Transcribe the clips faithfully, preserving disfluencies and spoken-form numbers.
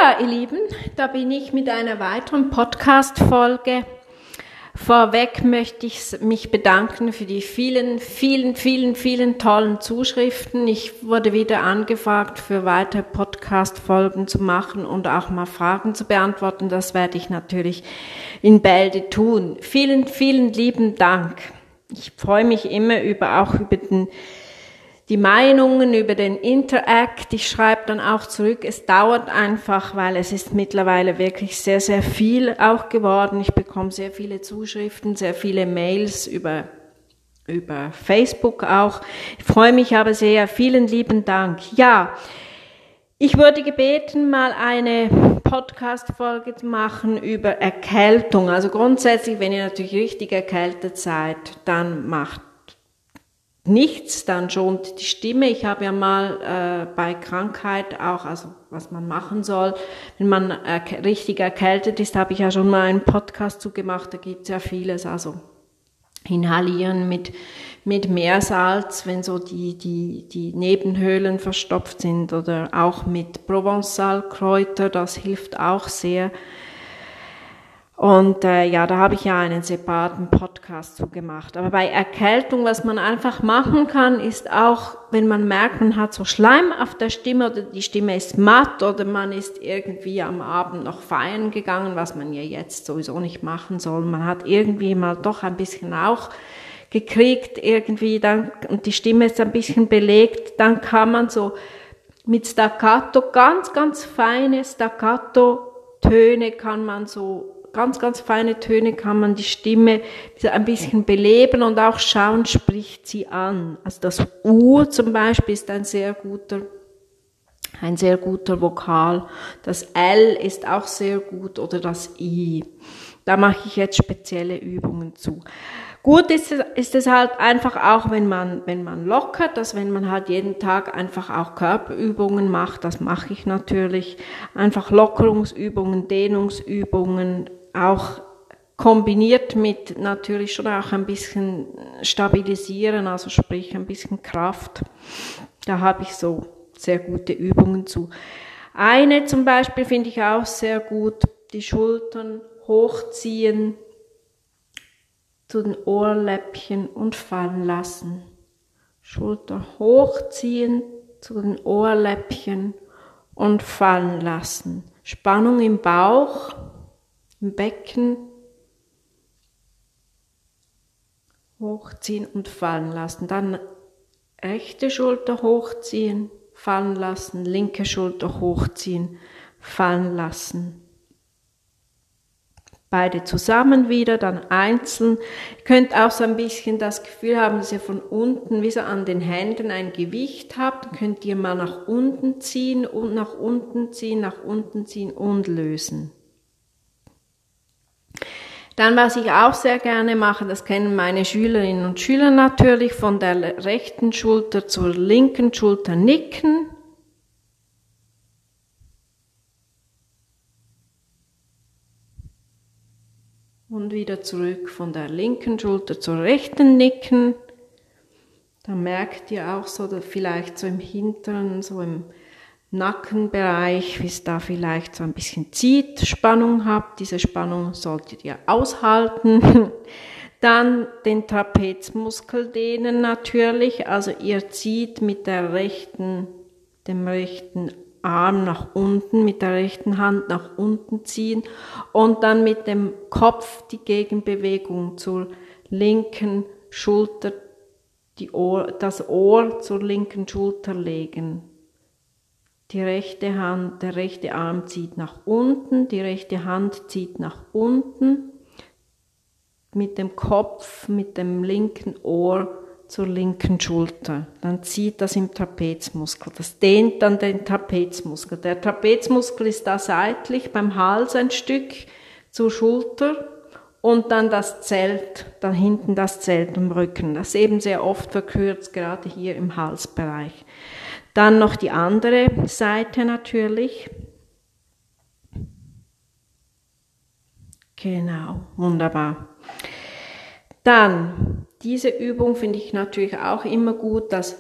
Ja, ihr Lieben, da bin ich mit einer weiteren Podcast-Folge. Vorweg möchte ich mich bedanken für die vielen, vielen, vielen, vielen tollen Zuschriften. Ich wurde wieder angefragt, für weitere Podcast-Folgen zu machen und auch mal Fragen zu beantworten. Das werde ich natürlich in Bälde tun. Vielen, vielen lieben Dank. Ich freue mich immer über, auch über den Die Meinungen, über den Interact. Ich schreibe dann auch zurück. Es dauert einfach, weil es ist mittlerweile wirklich sehr, sehr viel auch geworden. Ich bekomme sehr viele Zuschriften, sehr viele Mails über, über Facebook auch. Ich freue mich aber sehr. Vielen lieben Dank. Ja, ich wurde gebeten, mal eine Podcast-Folge zu machen über Erkältung. Also grundsätzlich, wenn ihr natürlich richtig erkältet seid, dann macht nichts, dann schont die Stimme. Ich habe ja mal äh, bei Krankheit auch, also was man machen soll, wenn man äh, richtig erkältet ist, habe ich ja schon mal einen Podcast zugemacht, da gibt's ja vieles, also inhalieren mit mit Meersalz, wenn so die die die Nebenhöhlen verstopft sind, oder auch mit Provençal-Kräuter, das hilft auch sehr. Und äh, ja, da habe ich ja einen separaten Podcast zu gemacht. Aber bei Erkältung, was man einfach machen kann, ist auch, wenn man merkt, man hat so Schleim auf der Stimme oder die Stimme ist matt oder man ist irgendwie am Abend noch feiern gegangen, was man ja jetzt sowieso nicht machen soll. Man hat irgendwie mal doch ein bisschen auch gekriegt irgendwie dann und die Stimme ist ein bisschen belegt, dann kann man so mit Staccato, ganz, ganz feine Staccato-Töne kann man so Ganz, ganz feine Töne kann man die Stimme ein bisschen beleben und auch schauen, spricht sie an. Also das U zum Beispiel ist ein sehr guter, ein sehr guter Vokal. Das L ist auch sehr gut oder das I. Da mache ich jetzt spezielle Übungen zu. Gut ist es, ist es halt einfach auch, wenn man, wenn man lockert, dass wenn man halt jeden Tag einfach auch Körperübungen macht, das mache ich natürlich, einfach Lockerungsübungen, Dehnungsübungen, auch kombiniert mit natürlich schon auch ein bisschen stabilisieren, also sprich ein bisschen Kraft. Da habe ich so sehr gute Übungen zu. Eine zum Beispiel finde ich auch sehr gut, die Schultern hochziehen zu den Ohrläppchen und fallen lassen. Schulter hochziehen zu den Ohrläppchen und fallen lassen. Spannung im Bauch, im Becken, hochziehen und fallen lassen. Dann rechte Schulter hochziehen, fallen lassen, linke Schulter hochziehen, fallen lassen. Beide zusammen wieder, dann einzeln. Ihr könnt auch so ein bisschen das Gefühl haben, dass ihr von unten, wie so an den Händen ein Gewicht habt. Dann könnt ihr mal nach unten ziehen und nach unten ziehen, nach unten ziehen und lösen. Dann, was ich auch sehr gerne mache, das kennen meine Schülerinnen und Schüler natürlich, von der rechten Schulter zur linken Schulter nicken. Und wieder zurück von der linken Schulter zur rechten nicken. Dann merkt ihr auch so, dass vielleicht so im hinteren, so im Nackenbereich, wie es da vielleicht so ein bisschen zieht, Spannung habt. Diese Spannung solltet ihr aushalten. Dann den Trapezmuskel dehnen natürlich. Also ihr zieht mit der rechten, dem rechten Arm nach unten, mit der rechten Hand nach unten ziehen und dann mit dem Kopf die Gegenbewegung zur linken Schulter, die Ohr, das Ohr zur linken Schulter legen. Die rechte Hand, der rechte Arm zieht nach unten, die rechte Hand zieht nach unten, mit dem Kopf, mit dem linken Ohr zur linken Schulter. Dann zieht das im Trapezmuskel. Das dehnt dann den Trapezmuskel. Der Trapezmuskel ist da seitlich beim Hals ein Stück zur Schulter und dann das Zelt, da hinten das Zelt im Rücken. Das ist eben sehr oft verkürzt, gerade hier im Halsbereich. Dann noch die andere Seite natürlich. Genau, wunderbar. Dann, diese Übung finde ich natürlich auch immer gut, das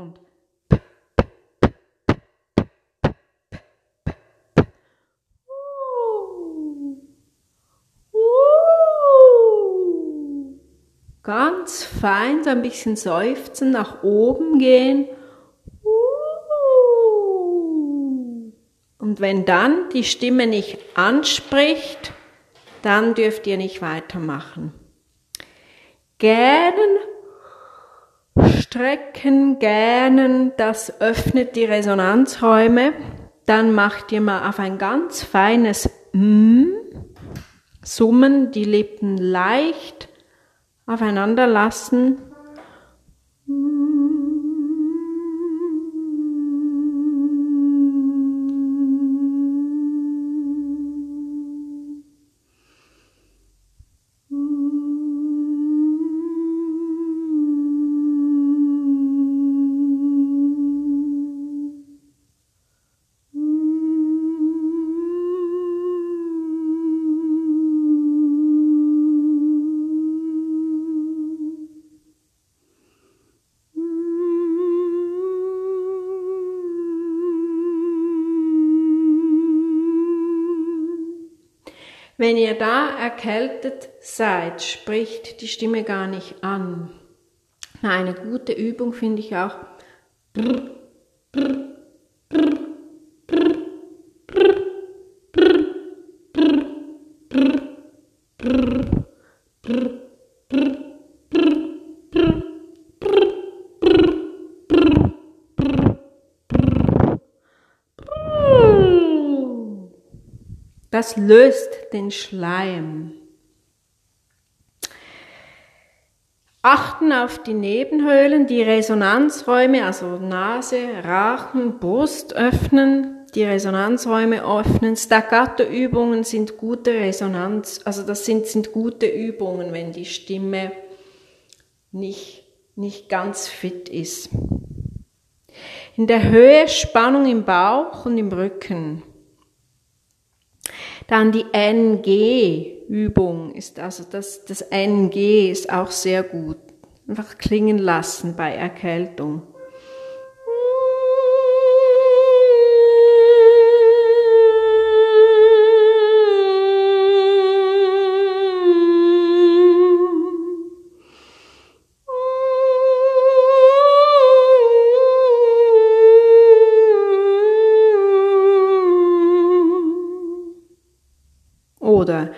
und ganz fein, so ein bisschen seufzen, nach oben gehen. Und wenn dann die Stimme nicht anspricht, dann dürft ihr nicht weitermachen. Gähnen, strecken, gähnen, das öffnet die Resonanzräume. Dann macht ihr mal auf ein ganz feines M, summen, die Lippen leicht aufeinander lassen. Wenn ihr da erkältet seid, spricht die Stimme gar nicht an. Eine gute Übung finde ich auch. Das löst den Schleim. Achten auf die Nebenhöhlen, die Resonanzräume, also Nase, Rachen, Brust öffnen, die Resonanzräume öffnen. Staccato-Übungen sind gute Resonanz, also das sind, sind gute Übungen, wenn die Stimme nicht, nicht ganz fit ist. In der Höhe Spannung im Bauch und im Rücken. Dann die N G-Übung ist, also das, das N G ist auch sehr gut. Einfach klingen lassen bei Erkältung. Oder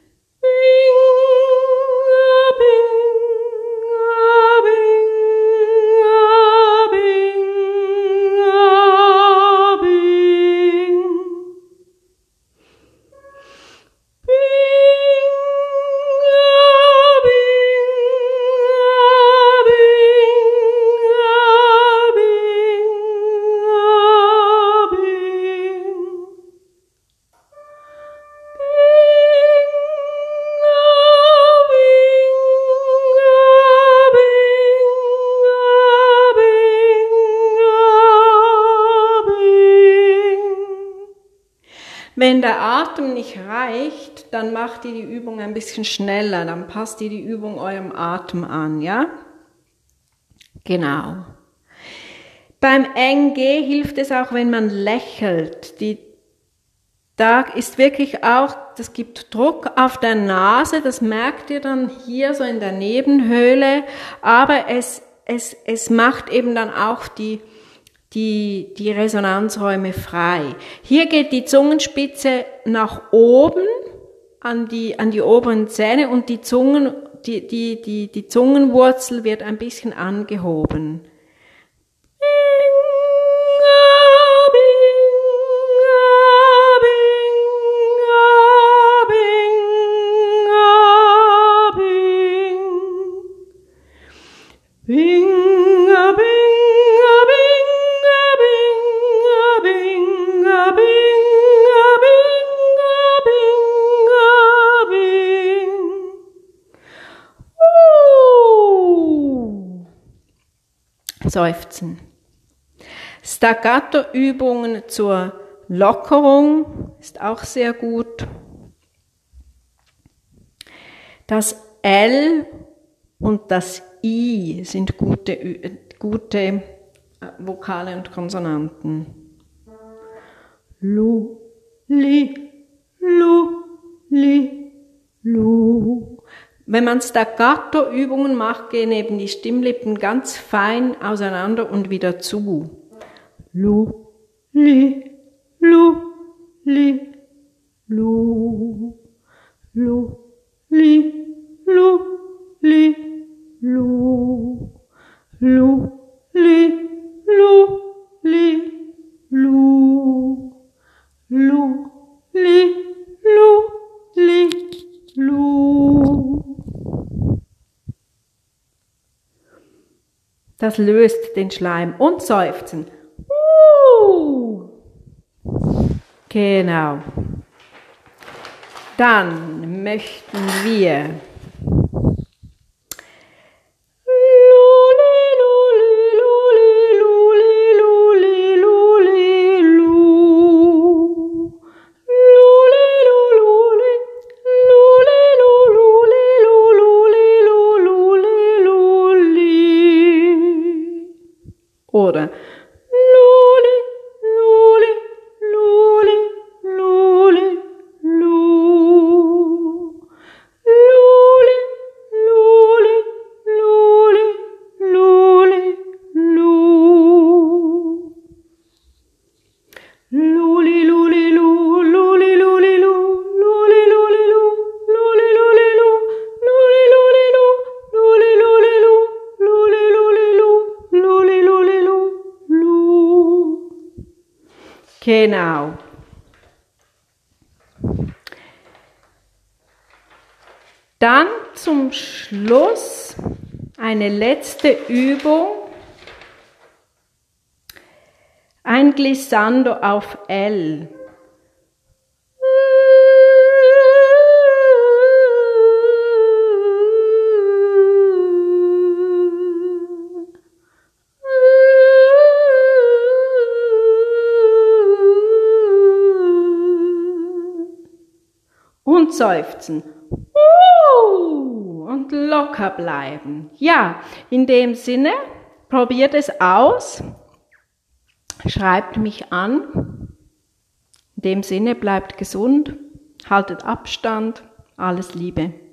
wenn der Atem nicht reicht, dann macht ihr die Übung ein bisschen schneller, dann passt ihr die Übung eurem Atem an, ja? Genau. Beim N G hilft es auch, wenn man lächelt. Die, da ist wirklich auch, das gibt Druck auf der Nase, das merkt ihr dann hier so in der Nebenhöhle, aber es, es, es macht eben dann auch die Die, die Resonanzräume frei. Hier geht die Zungenspitze nach oben an die, an die oberen Zähne und die Zungen, die, die, die, die Zungenwurzel wird ein bisschen angehoben. Seufzen. Staccato-Übungen zur Lockerung ist auch sehr gut. Das L und das I sind gute, gute Vokale und Konsonanten. Lu, li, lu, li, lu. Wenn man Staccato-Übungen macht, gehen eben die Stimmlippen ganz fein auseinander und wieder zu. Lu, li, lu, li, lu, lu, li, lu, li, lu, lu, li, lu, li, lu, lu, li, lu, li, lu. Das löst den Schleim und Seufzen. Uh. Genau. Dann möchten wir oder Luli, Luli, Luli, Luli, Lu. Luli, Luli, Luli, Luli, Lu. Luli, Luli, Lu, Luli, Luli, Lu, Luli, Luli, Lu, Luli, Luli, Lu, Luli, Luli, Lu, Luli, Luli, Lu, Luli, Luli, Lu, Luli, Luli, Lu, Lu. Genau. Dann zum Schluss eine letzte Übung. Ein Glissando auf L. Und seufzen. Uh, und locker bleiben. Ja, in dem Sinne, probiert es aus. Schreibt mich an. In dem Sinne, bleibt gesund, haltet Abstand. Alles Liebe.